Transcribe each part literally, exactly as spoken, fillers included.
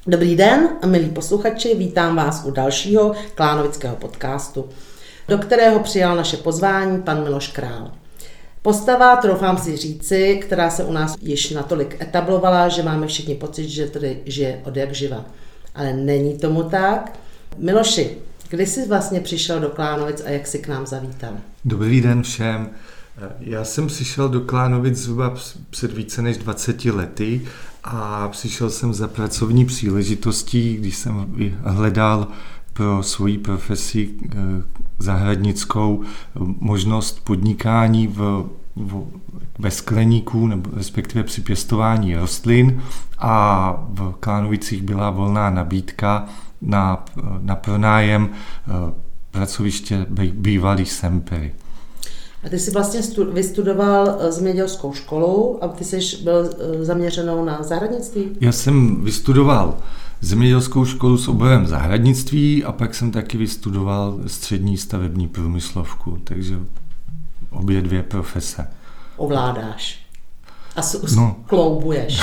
Dobrý den, milí posluchači, vítám vás u dalšího klánovického podcastu, do kterého přijal naše pozvání pan Miloš Král. Postava, troufám si říci, která se u nás již natolik etablovala, že máme všichni pocit, že tady žije od jak živa. Ale není tomu tak. Miloši, kdy jsi vlastně přišel do Klánovic a jak jsi k nám zavítal? Dobrý den všem. Já jsem přišel do Klánovic zhruba před více než dvaceti lety a přišel jsem za pracovní příležitostí, když jsem hledal pro svoji profesi zahradnickou možnost podnikání v, v, ve skleníku, nebo respektive při pěstování rostlin, a v Klánovicích byla volná nabídka na, na pronájem pracoviště bývalý Sempery. A ty jsi vlastně stu, vystudoval zemědělskou školu a ty jsi byl zaměřenou na zahradnictví? Já jsem vystudoval zemědělskou školu s oborem zahradnictví a pak jsem taky vystudoval střední stavební průmyslovku, takže obě dvě profese. Ovládáš a s- no. kloubuješ.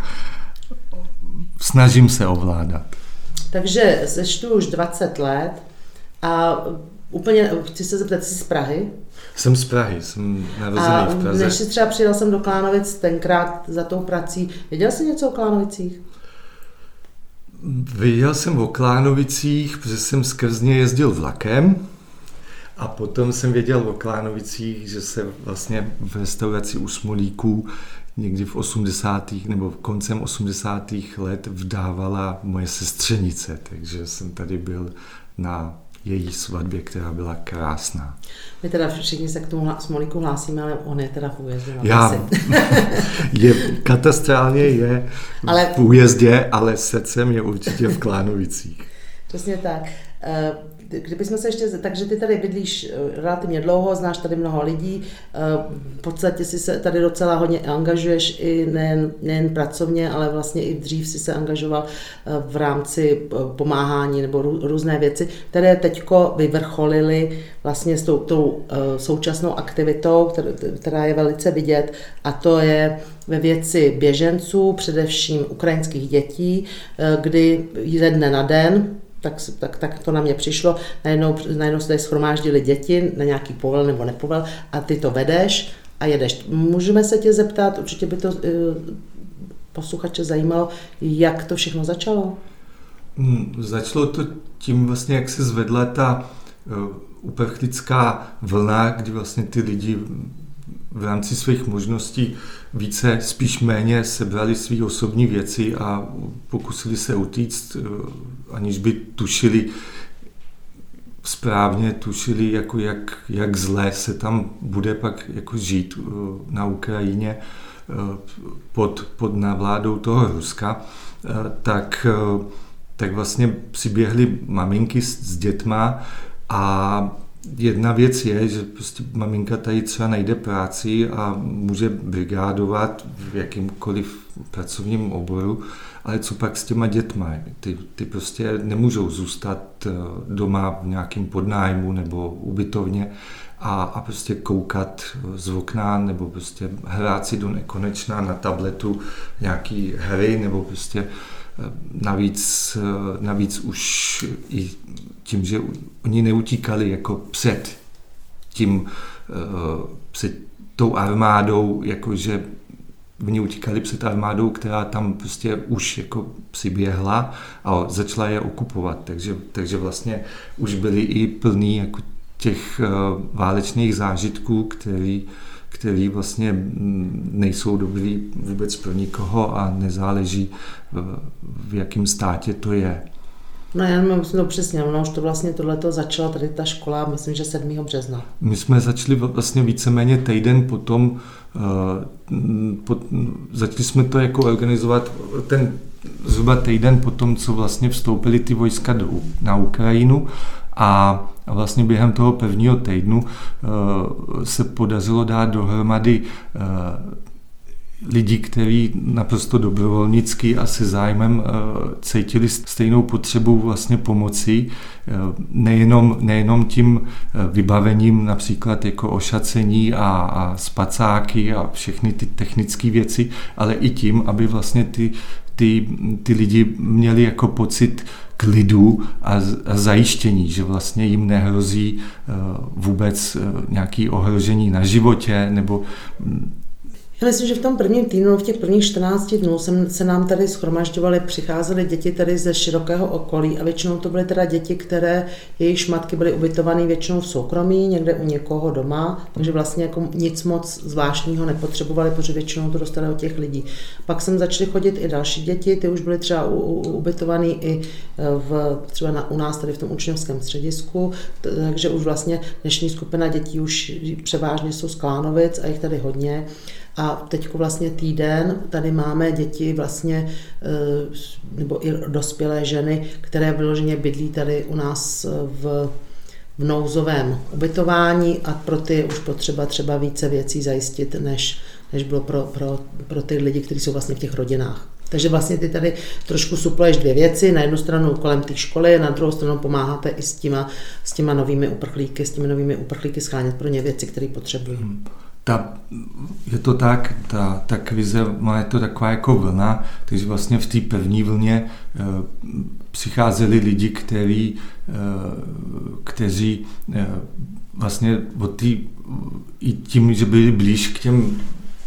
Snažím se ovládat. Takže jsi tu už dvacet let a úplně, chci se zeptat, jsi z Prahy? Jsem z Prahy, jsem narozený v Praze. A než jsi třeba přijel jsem do Klánovic tenkrát za tou prací, věděl jsi něco o Klánovicích? Věděl jsem o Klánovicích, protože jsem skrz ně jezdil vlakem a potom jsem věděl o Klánovicích, že se vlastně v restauraci u Smolíků někdy v osmdesátých nebo koncem osmdesátých let vdávala moje sestřenice, takže jsem tady byl na její svatbě, která byla krásná. My teda všichni se k tomu Smolíku hlásíme, ale on je teda v újezdě. Já, je, katastrálně je ale, v újezdě, ale srdcem je určitě v Klánovicích. Přesně tak. Kdybychom se ještě, takže ty tady bydlíš relativně dlouho, znáš tady mnoho lidí, v podstatě si se tady docela hodně angažuješ i nejen, nejen pracovně, ale vlastně i dřív si se angažoval v rámci pomáhání nebo různé věci, které teďko vyvrcholily vlastně s tou, tou současnou aktivitou, která je velice vidět, a to je ve věci běženců, především ukrajinských dětí, kdy ze dne na den, Tak, tak, tak to na mě přišlo, najednou, najednou se tady shromáždili děti na nějaký povel nebo nepovel a ty to vedeš a jedeš. Můžeme se tě zeptat, určitě by to uh, posluchače zajímalo, jak to všechno začalo? Začalo to tím vlastně, jak se zvedla ta uh, uprchlická vlna, kdy vlastně ty lidi v rámci svých možností více, spíš méně sebrali své osobní věci a pokusili se utíct, aniž by tušili správně, tušili, jako jak, jak zlé se tam bude pak jako žít na Ukrajině pod, pod návládou toho Ruska, tak, tak vlastně přiběhly maminky s, s dětma a jedna věc je, že prostě maminka tady třeba najde práci a může brigádovat v jakýmkoliv pracovním oboru, ale co pak s těma dětma? Ty, ty prostě nemůžou zůstat doma v nějakém podnájmu nebo ubytovně a, a prostě koukat z okna nebo prostě hrát si do nekonečna na tabletu nějaký hry nebo prostě Navíc, navíc už i tím, že oni neutíkali jako před tím, před tou armádou, jakože oni utíkali před armádou, která tam prostě už jako přiběhla a začala je okupovat, takže, takže vlastně už byli i plní jako těch válečných zážitků, který který vlastně nejsou dobrý vůbec pro nikoho a nezáleží, v jakém státě to je. No já myslím to přesně, ono už to vlastně tohleto začala tady ta škola, myslím, že sedmého března. My jsme začali vlastně víceméně týden potom, po, začali jsme to jako organizovat ten zhruba týden potom, co vlastně vstoupily ty vojska do, na Ukrajinu. A vlastně během toho prvního týdnu uh, se podařilo dát dohromady uh, lidi, kteří naprosto dobrovolnicky a se zájmem uh, cítili stejnou potřebu vlastně pomoci, uh, nejenom, nejenom tím uh, vybavením například jako ošacení a, a spacáky a všechny ty technické věci, ale i tím, aby vlastně ty ty, ty lidi měli jako pocit klidu a, a zajištění, že vlastně jim nehrozí vůbec nějaké ohrožení na životě nebo. Já myslím, že v tom prvním týdnu, v těch prvních čtrnácti dnů jsem, se nám tady shromažďovaly, přicházely děti tady ze širokého okolí a většinou to byly teda děti, které jejichž matky byly ubytované většinou v soukromí, někde u někoho doma, takže vlastně jako nic moc zvláštního nepotřebovali, protože většinou to dostali od těch lidí. Pak jsem začaly chodit i další děti, ty už byly třeba u, u, ubytované i v, třeba na, u nás tady v tom učňovském středisku, takže už vlastně dnešní skupina dětí už převážně jsou z Klánovic a jich tady hodně. A teď vlastně týden tady máme děti vlastně, nebo i dospělé ženy, které vyloženě bydlí tady u nás v, v nouzovém ubytování a pro ty už potřeba třeba více věcí zajistit, než, než bylo pro, pro, pro ty lidi, kteří jsou vlastně v těch rodinách. Takže vlastně ty tady trošku supluješ dvě věci, na jednu stranu kolem té školy, na druhou stranu pomáháte i s těma, s těma novými uprchlíky, s těmi novými uprchlíky schánět pro ně věci, které potřebují. Hmm. Ta, je to tak, ta, ta krize má je to taková jako vlna, takže vlastně v té první vlně e, přicházeli lidi, který, e, kteří e, vlastně od tý, i tím, že byli blíž k těm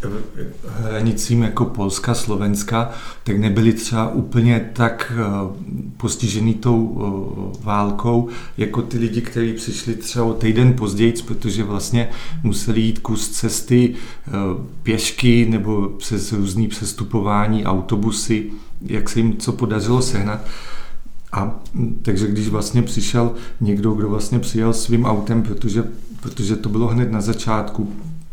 hranicím jako Polska, Slovenska, tak nebyli třeba úplně tak postižený tou válkou, jako ty lidi, kteří přišli třeba o týden později, protože vlastně museli jít kus cesty pěšky nebo přes různý přestupování, autobusy, jak se jim co podařilo sehnat. A takže když vlastně přišel někdo, kdo vlastně přijel svým autem, protože, protože to bylo hned na začátku,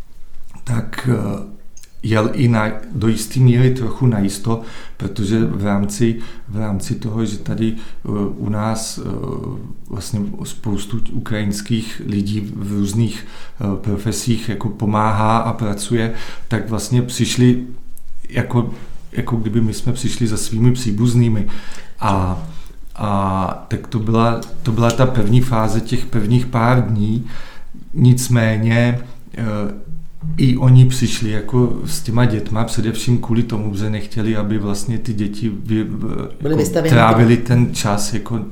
tak jel i na, do jistý míry trochu najisto, protože v rámci, v rámci toho, že tady uh, u nás uh, vlastně spoustu ukrajinských lidí v různých uh, profesích jako pomáhá a pracuje, tak vlastně přišli jako, jako kdyby my jsme přišli za svými příbuznými. A, a tak to byla, to byla ta první fáze těch prvních pár dní, nicméně uh, i oni přišli jako s těma dětma především kvůli tomu, že nechtěli, aby vlastně ty děti vy, jako trávili ten čas jako uh,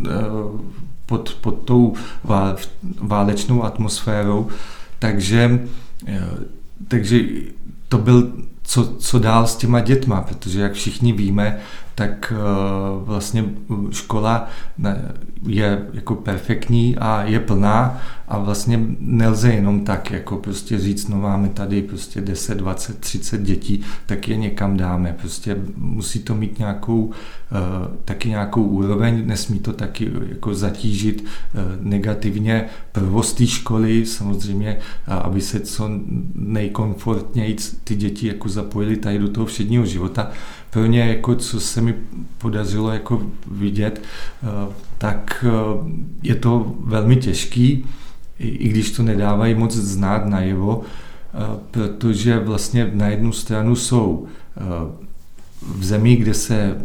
pod, pod tou vál, válečnou atmosférou. Takže, uh, takže to byl co, co dál s těma dětma, protože jak všichni víme, tak uh, vlastně škola je jako perfektní a je plná a vlastně nelze jenom tak jako prostě říct, no máme tady prostě deset, dvacet, třicet dětí, tak je někam dáme. Prostě musí to mít nějakou, uh, taky nějakou úroveň, nesmí to taky jako zatížit uh, negativně provoz té školy, samozřejmě, uh, aby se co nejkomfortněji ty děti jako zapojili tady do toho všedního života. Pro ně, jako, co se mi podařilo jako vidět, tak je to velmi těžký, i když to nedávají moc znát najevo, protože vlastně na jednu stranu jsou v zemi, kde se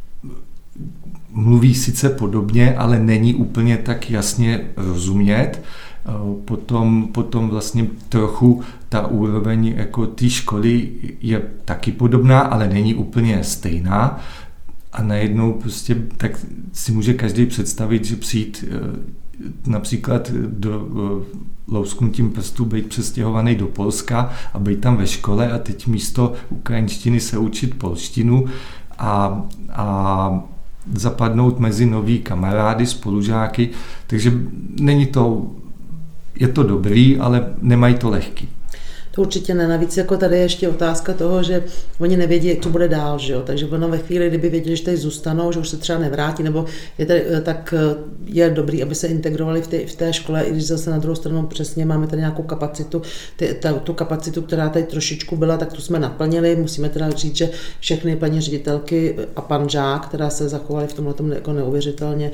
mluví sice podobně, ale není úplně tak jasně rozumět. Potom, potom vlastně trochu ta úroveň jako té školy je taky podobná, ale není úplně stejná. A najednou prostě tak si může každý představit, že přijít například do lousknutím prstů, být přestěhovaný do Polska a být tam ve škole a teď místo ukrajinštiny se učit polštinu a, a zapadnout mezi nový kamarády, spolužáky. Takže není to Je to dobrý, ale nemají to lehký. To určitě ne. Navíc jako tady je ještě otázka toho, že oni nevědí, co bude dál, že jo? Takže ono ve chvíli, kdyby věděli, že tady zůstanou, že už se třeba nevrátí, nebo je tady, tak je dobrý, aby se integrovali v té, v té škole, i když zase na druhou stranu přesně máme tady nějakou kapacitu, ty, ta, tu kapacitu, která tady trošičku byla, tak tu jsme naplnili. Musíme teda říct, že všechny paní ředitelky a pan žák, která se zachovali v tomhle jako neuvěřitelně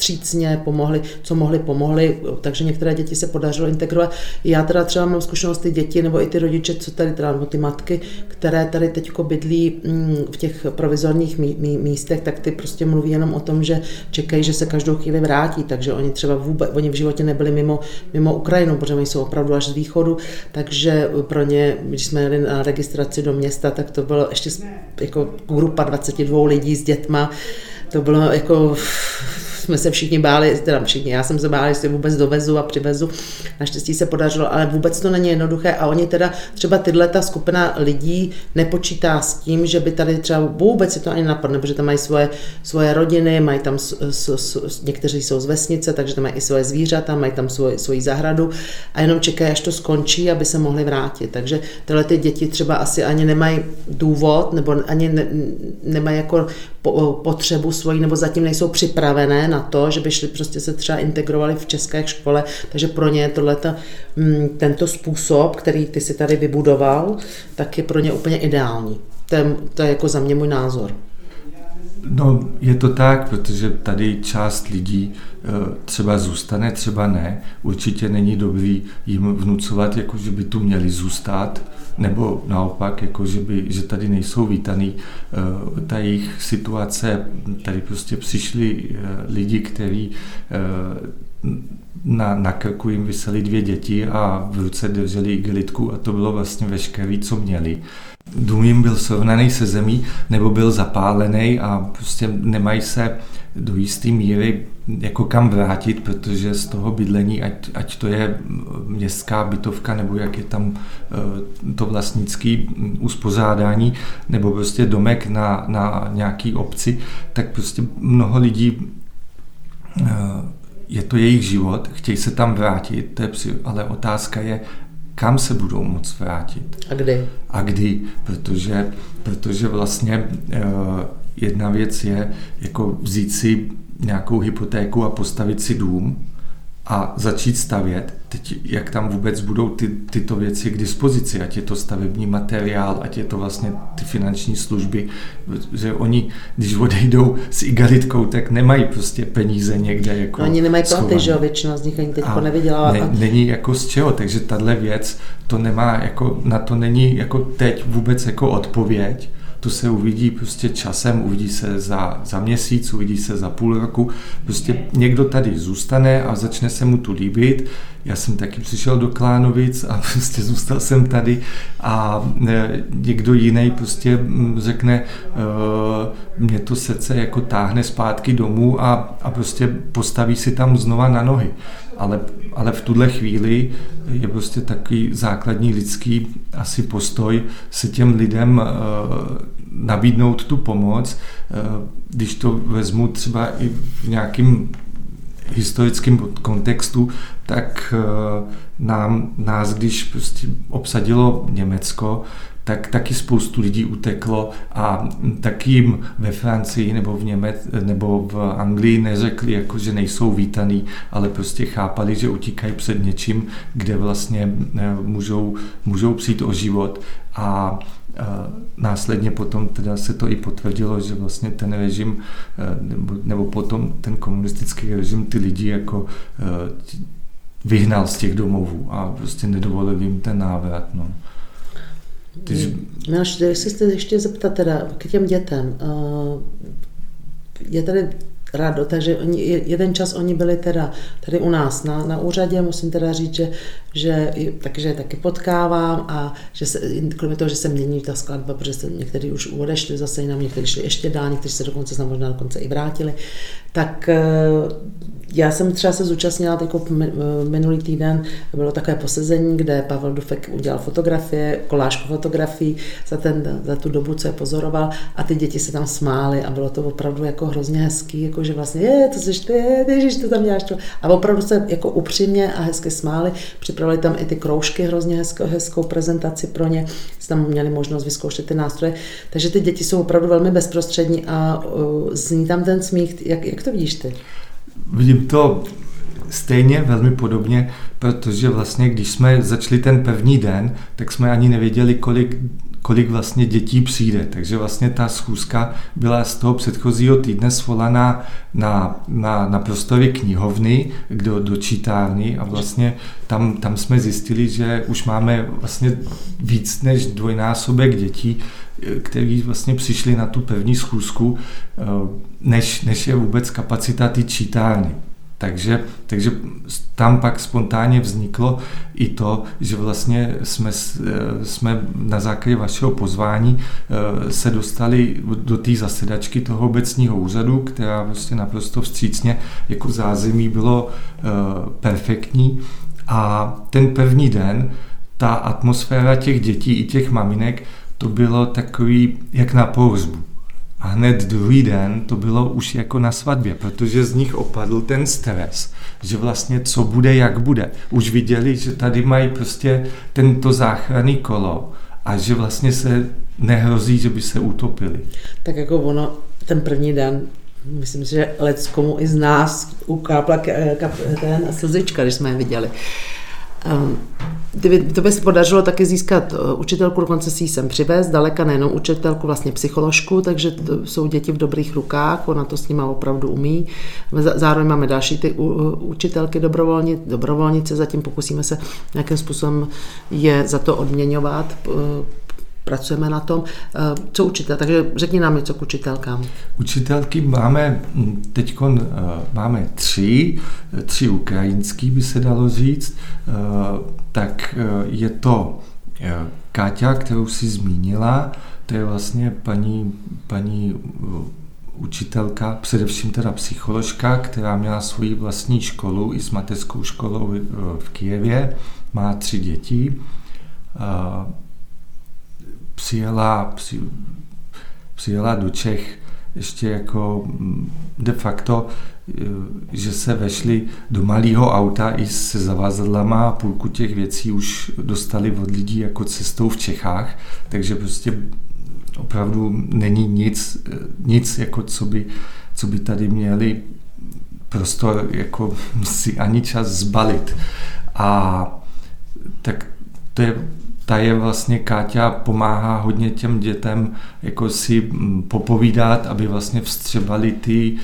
vstřícně, pomohli, co mohli, pomohli, takže některé děti se podařilo integrovat. Já teda třeba mám zkušenost, ty ty děti nebo i ty rodiče, co tady teda, nebo ty matky, které tady teďko bydlí v těch provizorních mí, mí, místech, tak ty prostě mluví jenom o tom, že čekají, že se každou chvíli vrátí, takže oni třeba vůbec, oni v životě nebyli mimo, mimo Ukrajinu, protože oni jsou opravdu až z východu, takže pro ně, když jsme jeli na registraci do města, tak to bylo ještě jako grupa dvacet dva lidí s dětma, to bylo jako, jsme se všichni báli, teda všichni, já jsem se bála, jestli vůbec dovezu a přivezu, naštěstí se podařilo, ale vůbec to není jednoduché a oni teda, třeba tyhle ta skupina lidí nepočítá s tím, že by tady třeba vůbec si to ani napadne, protože tam mají svoje, svoje rodiny, mají tam, s, s, s, někteří jsou z vesnice, takže tam mají i svoje zvířata, mají tam svoj, svoji zahradu a jenom čekají, až to skončí, aby se mohli vrátit, takže tyhle ty děti třeba asi ani nemají důvod, nebo ani ne, nemají jako po, potřebu svoji, nebo zatím nejsou připravené na to, že by šli prostě se třeba integrovali v české škole, takže pro ně tohleto, tento způsob, který ty si tady vybudoval, tak je pro ně úplně ideální. To je, to je jako za mě můj názor. No, je to tak, protože tady část lidí třeba zůstane, třeba ne. Určitě není dobrý jim vnucovat, jako že by tu měli zůstat, nebo naopak, jako že, by, že tady nejsou vítaný. Ta jejich situace, tady prostě přišli lidi, kteří na, na krku jim visely dvě děti a v ruce drželi igelitku a to bylo vlastně veškeré, co měli. Dům jim byl srovnaný se zemí nebo byl zapálený a prostě nemají se do jisté míry jako kam vrátit, protože z toho bydlení, ať, ať to je městská bytovka nebo jak je tam to vlastnické uspořádání nebo prostě domek na, na nějaký obci, tak prostě mnoho lidí je to jejich život, chtějí se tam vrátit, to je, ale otázka je, kam se budou moct vrátit. A kdy? A kdy, protože, protože vlastně jedna věc je jako vzít si nějakou hypotéku a postavit si dům a začít stavět. Teď, jak tam vůbec budou ty, tyto věci k dispozici, ať je to stavební materiál, ať je to vlastně ty finanční služby, že oni, když odejdou s igelitkou, tak nemají prostě peníze někde jako no, oni nemají platy, že jo, většina z nich ani teďko nevydělala. Ne, není jako z čeho, takže tahle věc, to nemá jako, na to není jako teď vůbec jako odpověď. To se uvidí prostě časem, uvidí se za, za měsíc, uvidí se za půl roku. Prostě někdo tady zůstane a začne se mu tu líbit. Já jsem taky přišel do Klánovic a prostě zůstal jsem tady a někdo jiný prostě řekne, mě to srdce jako táhne zpátky domů a, a prostě postaví si tam znova na nohy. Ale, ale v tuhle chvíli je prostě takový základní lidský asi postoj se těm lidem e, nabídnout tu pomoc. E, když to vezmu třeba i v nějakým historickém kontextu, tak e, nám, nás, když prostě obsadilo Německo, tak taky spoustu lidí uteklo a taky jim ve Francii nebo v Němec, nebo v Anglii neřekli, jako, že nejsou vítaný, ale prostě chápali, že utíkají před něčím, kde vlastně můžou, můžou přijít o život a, a následně potom teda se to i potvrdilo, že vlastně ten režim nebo, nebo potom ten komunistický režim ty lidi jako vyhnal z těch domovů a prostě nedovolil jim ten návrat. No. Ty... No, jestli jste ještě zeptat teda k těm dětem. Je tady Rado, takže oni, jeden čas oni byli teda tady u nás na, na úřadě, musím teda říct, že, že takže je taky potkávám a že se, kromě toho, že se mění ta skladba, protože se někteří už odešli zase jinam, někteří šli ještě dál, někteří se dokonce se možná dokonce i vrátili, tak já jsem třeba se zúčastnila jako minulý týden, bylo takové posezení, kde Pavel Dufek udělal fotografie, kolážku fotografií za, ten, za tu dobu, co je pozoroval a ty děti se tam smály a bylo to opravdu jako hrozně hezký, jako že vlastně je, to seš ty, ježiš, to tam děláš to. A opravdu se jako upřímně a hezky smáli, připravili tam i ty kroužky, hrozně hezkou, hezkou prezentaci pro ně, si tam měli možnost vyzkoušet ty nástroje, takže ty děti jsou opravdu velmi bezprostřední a uh, zní tam ten smích, jak, jak to vidíš ty? Vidím to stejně velmi podobně, protože vlastně, když jsme začali ten první den, tak jsme ani nevěděli, kolik, kolik vlastně dětí přijde. Takže vlastně ta schůzka byla z toho předchozího týdne svolaná na, na, na prostory knihovny, do, do čítárny a vlastně tam, tam jsme zjistili, že už máme vlastně víc než dvojnásobek dětí, kteří vlastně přišli na tu první schůzku, než, než je vůbec kapacita ty čítárny. Takže, takže tam pak spontánně vzniklo i to, že vlastně jsme, jsme na základě vašeho pozvání se dostali do té zasedačky toho obecního úřadu, která vlastně naprosto vstřícně jako zázemí bylo perfektní. A ten první den, ta atmosféra těch dětí i těch maminek, to bylo takový jak na pohřbu. A hned druhý den to bylo už jako na svatbě, protože z nich opadl ten stres, že vlastně co bude, jak bude. Už viděli, že tady mají prostě tento záchranný kolo a že vlastně se nehrozí, že by se utopili. Tak jako ono, ten první den, myslím si, že leckomu i z nás ukápla ten slzička, když jsme je viděli. Um, to by se podařilo taky získat učitelku, dokonce si ji sem přivést, daleka nejenom učitelku, vlastně psycholožku, takže to jsou děti v dobrých rukách, ona to s nima opravdu umí. Zároveň máme další ty učitelky dobrovolni, dobrovolnice, zatím pokusíme se nějakým způsobem je za to odměňovat, pracujeme na tom. Co učitel? Takže řekni nám něco k učitelkám. Učitelky máme teď máme tři, tři ukrajinský by se dalo říct. Tak je to Káťa, kterou si zmínila, to je vlastně paní, paní učitelka, především teda psycholožka, která měla svoji vlastní školu i s mateřskou školou v Kyjevě, má tři děti. Přijela, při, přijela do Čech ještě jako de facto, že se vešli do malého auta i se zavazadlama a půlku těch věcí už dostali od lidí jako cestou v Čechách, takže prostě opravdu není nic, nic jako co by, co by tady měli prostor jako si ani čas zbalit. A tak to je ta je vlastně, Káťa pomáhá hodně těm dětem jako si popovídat, aby vlastně vstřebali ty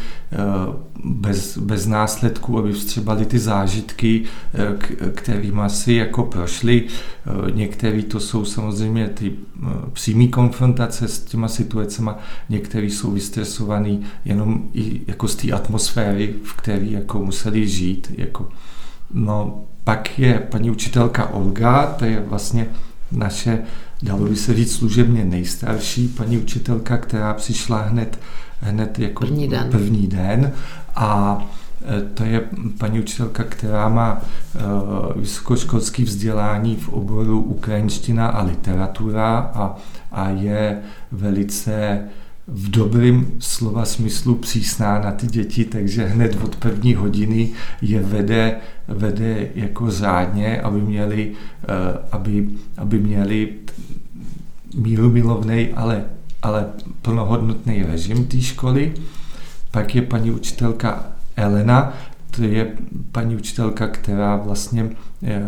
bez, bez následků, aby vstřebali ty zážitky, kterými si jako prošli. Některý to jsou samozřejmě ty přímý konfrontace s těma situacemi, některý jsou vystresovaný jenom i jako z té atmosféry, v které jako museli žít. Jako. No, pak je paní učitelka Olga, to je vlastně naše, dalo by se říct, služebně nejstarší paní učitelka, která přišla hned, hned jako první den. první den a to je paní učitelka, která má uh, vysokoškolské vzdělání v oboru ukrajinština a literatura a, a je velice v dobrým slova smyslu přísná na ty děti, takže hned od první hodiny je vede, vede jako řádně, aby měli, aby, aby měli mírumilovnej, ale, ale plnohodnotný režim té školy. Pak je paní učitelka Elena, to je paní učitelka, která vlastně je,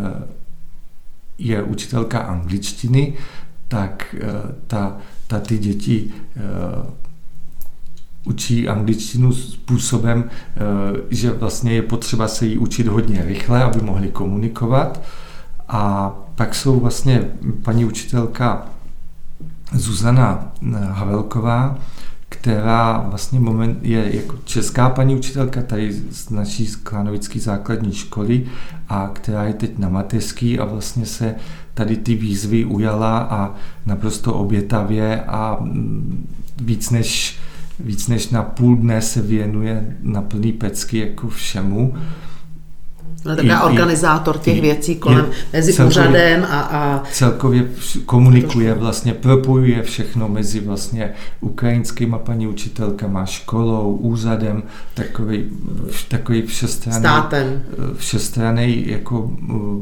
je učitelka angličtiny, tak ta ta ty děti uh, učí angličtinu způsobem, uh, že vlastně je potřeba se jí učit hodně rychle, aby mohli komunikovat. A pak jsou vlastně paní učitelka Zuzana Havelková, která vlastně moment je jako česká paní učitelka tady z naší Klánovické základní školy a která je teď na mateřský a vlastně se tady ty výzvy ujala a naprosto obětavě a víc než, víc než na půl dne se věnuje na plný pecky jako všemu. No, taková organizátor těch je, věcí kolem mezi celkově, úřadem a, a... Celkově komunikuje, vlastně propojuje všechno mezi vlastně ukrajinskýma paní učitelkama, školou, úřadem, takový, takový všestranný... Státem. Všestranný, jako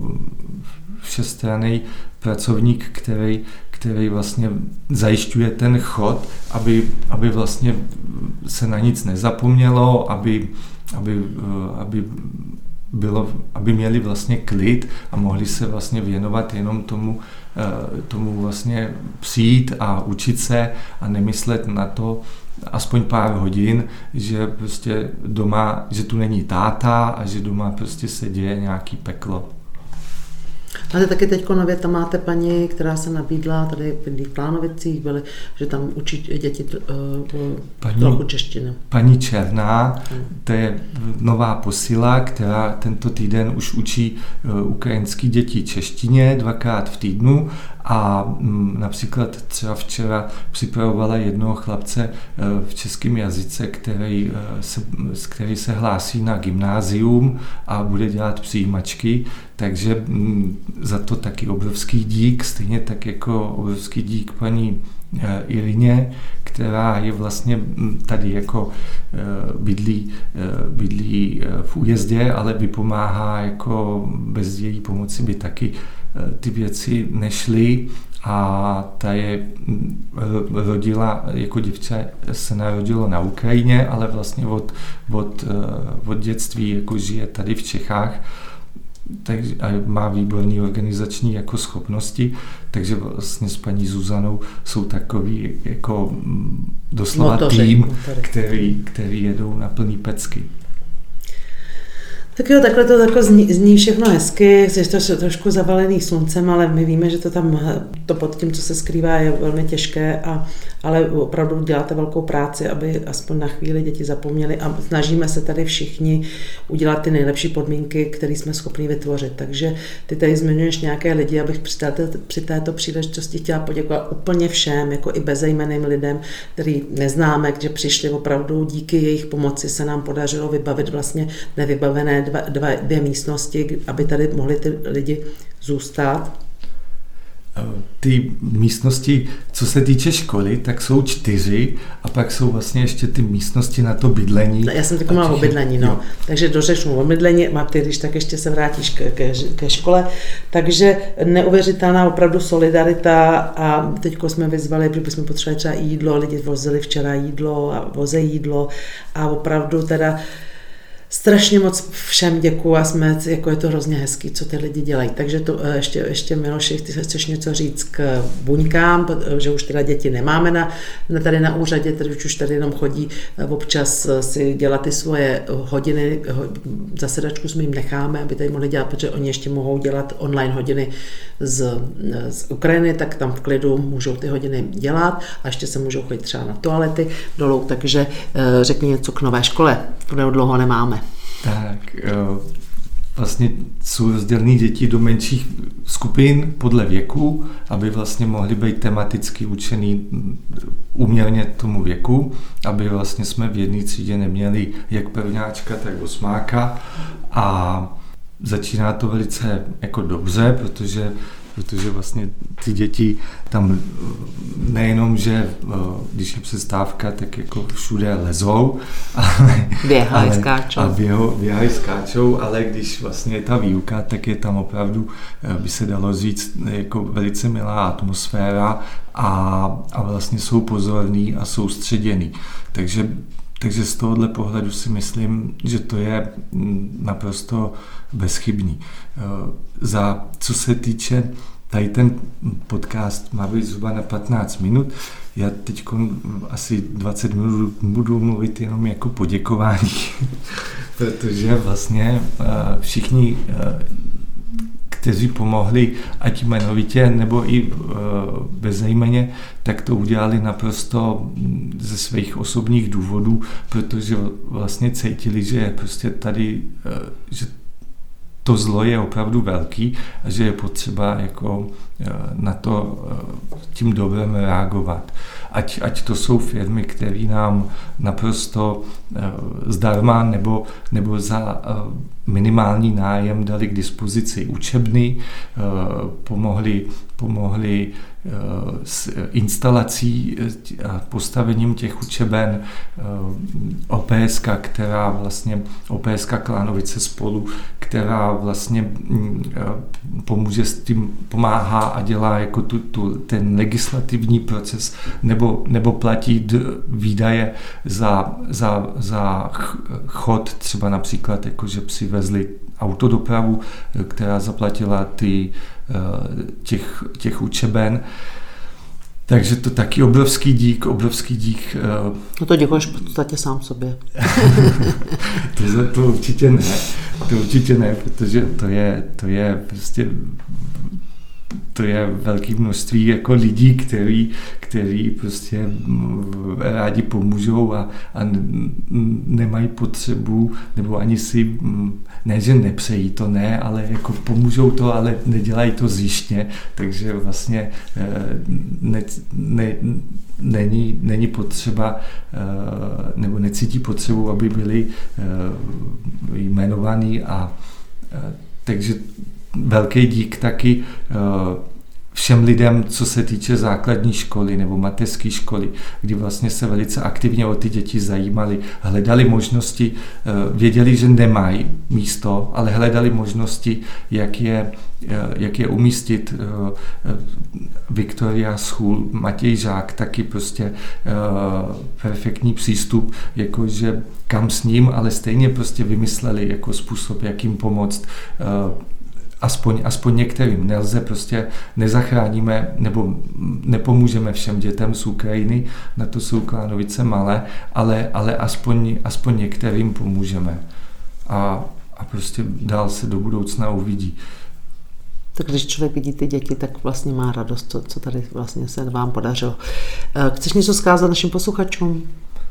všestranný pracovník, který, který vlastně zajišťuje ten chod, aby, aby vlastně se na nic nezapomnělo, aby, aby, aby bylo, aby měli vlastně klid a mohli se vlastně věnovat jenom tomu, tomu vlastně přijít a učit se a nemyslet na to aspoň pár hodin, že prostě doma, že tu není táta a že doma prostě se děje nějaký peklo. Ale taky teďko nově tam máte paní, která se nabídla tady v Klánovicích, byly, že tam učí děti uh, paní, trochu češtiny. Paní Černá, to je nová posila, která tento týden už učí uh, ukrajinský děti češtině dvakrát v týdnu a um, například třeba včera připravovala jednoho chlapce uh, v českém jazyce, který, uh, se, který se hlásí na gymnázium a bude dělat přijímačky, takže um, za to taky obrovský dík, stejně tak jako obrovský dík paní Irině, která je vlastně tady jako bydlí, bydlí v újezdě, ale vypomáhá, jako bez její pomoci by taky ty věci nešly a ta je rodila, jako děvče se narodilo na Ukrajině, ale vlastně od, od, od dětství jako žije tady v Čechách. Takže a má výborné organizační jako schopnosti, takže vlastně s paní Zuzanou jsou takový jako doslova motoři, tým, motory. Který, který jedou na plný pecky. Tak jo, takhle to tako zní, zní všechno hezky, je to trošku zavalený sluncem, ale my víme, že to tam, to pod tím, co se skrývá, je velmi těžké, a, ale opravdu děláte velkou práci, aby aspoň na chvíli děti zapomněli a snažíme se tady všichni udělat ty nejlepší podmínky, které jsme schopni vytvořit. Takže ty tady zmiňuješ nějaké lidi, abych při této, při této příležitosti chtěla poděkovat úplně všem, jako i bezejmenným lidem, který neznáme, že přišli opravdu díky jejich pomoci se nám podařilo vybavit vlastně nevybavené Dva, dva, dvě místnosti, aby tady mohli ty lidi zůstat. Ty místnosti, co se týče školy, tak jsou čtyři a pak jsou vlastně ještě ty místnosti na to bydlení. Já jsem taková o bydlení, no. Jo. Takže dořešnu o bydlení, a ty, když tak ještě se vrátíš ke, ke, ke škole. Takže neuvěřitelná opravdu solidarita a teďko jsme vyzvali, protože jsme potřebovali třeba jídlo, lidi vozili včera jídlo a voze jídlo a opravdu teda strašně moc všem děkuju a jsme, jako je to hrozně hezký, co ty lidi dělají. Takže to ještě, ještě Miloši, ty chceš něco říct k buňkám, že už teda děti nemáme na, tady na úřadě, tady už tady jenom chodí občas si dělat ty svoje hodiny, zasedačku jsme jim necháme, aby tady mohli dělat, protože oni ještě mohou dělat online hodiny z, z Ukrajiny, tak tam v klidu můžou ty hodiny dělat a ještě se můžou chodit třeba na toalety dolů, takže řekni něco k nové škole, kterou dlouho nemáme. Tak, vlastně jsou rozdělené děti do menších skupin podle věku, aby vlastně mohly být tematicky učený uměrně tomu věku, aby vlastně jsme v jedné třídě neměli jak prvňáčka, tak osmáka a začíná to velice jako dobře, protože protože vlastně ty děti tam nejenom, že když je přestávka, tak jako všude lezou, ale běhají, skáčou. A běho, běhají, skáčou, ale když vlastně je ta výuka, tak je tam opravdu, by se dalo říct, jako velice milá atmosféra a, a vlastně jsou pozorní a soustředění. Takže Takže z tohohle pohledu si myslím, že to je naprosto bezchybný. Za co se týče, tady ten podcast má být zhruba na patnáct minut, já teď asi dvacet minut budu mluvit jenom jako poděkování, protože vlastně všichni, kteří pomohli, ať jmenovitě nebo i bezejmenně, tak to udělali naprosto ze svých osobních důvodů, protože vlastně cítili, že prostě tady, že to zlo je opravdu velký a že je potřeba jako na to tím dobrem reagovat. Ať, ať to jsou firmy, které nám naprosto zdarma nebo, nebo za minimální nájem dali k dispozici učebny, pomohli, pomohli s instalací a postavením těch učeben, O P S K, která vlastně, O P S K Klánovice spolu, která vlastně pomůže s tím, pomáhá a dělá jako tu, tu, ten legislativní proces, nebo, nebo platí d, výdaje za, za, za chod, třeba například, jako že přivezli autodopravu, která zaplatila ty, těch, těch učeben. Takže to taky obrovský dík, obrovský dík. No to děkuješ v podstatě sám sobě. to, to určitě ne, to určitě ne, protože to je, to je prostě to je velké množství jako lidí, který, který prostě rádi pomůžou a, a nemají potřebu, nebo ani si, ne, že nepřejí to, ne, ale jako pomůžou to, ale nedělají to zjištně, takže vlastně ne, ne, není, není potřeba, nebo necítí potřebu, aby byli jmenovaní a takže velký dík taky všem lidem, co se týče základní školy nebo mateřské školy, kdy vlastně se velice aktivně o ty děti zajímali, hledali možnosti, věděli, že nemají místo, ale hledali možnosti, jak je, jak je umístit. Victoria School, Matěj Žák, taky prostě perfektní přístup, jakože kam s ním, ale stejně prostě vymysleli jako způsob, jak jim pomoct. Aspoň, aspoň některým. Nelze prostě, nezachráníme nebo nepomůžeme všem dětem z Ukrajiny, na to jsou Klánovice malé, ale, ale aspoň, aspoň některým pomůžeme. A, a prostě dál se do budoucna uvidí. Tak když člověk vidí ty děti, tak vlastně má radost, to, co tady vlastně se vám podařilo. Chceš něco vzkázat našim posluchačům?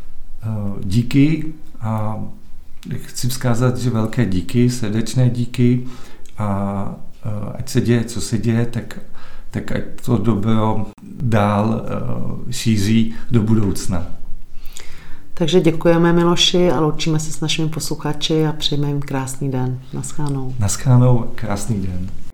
Díky. A chci vzkázat, že velké díky, srdečné díky. A ať se děje, co se děje, tak, tak ať to dobro dál šíří do budoucna. Takže děkujeme, Miloši, a loučíme se s našimi posluchači a přejeme jim krásný den. Naschledanou. Naschledanou, krásný den.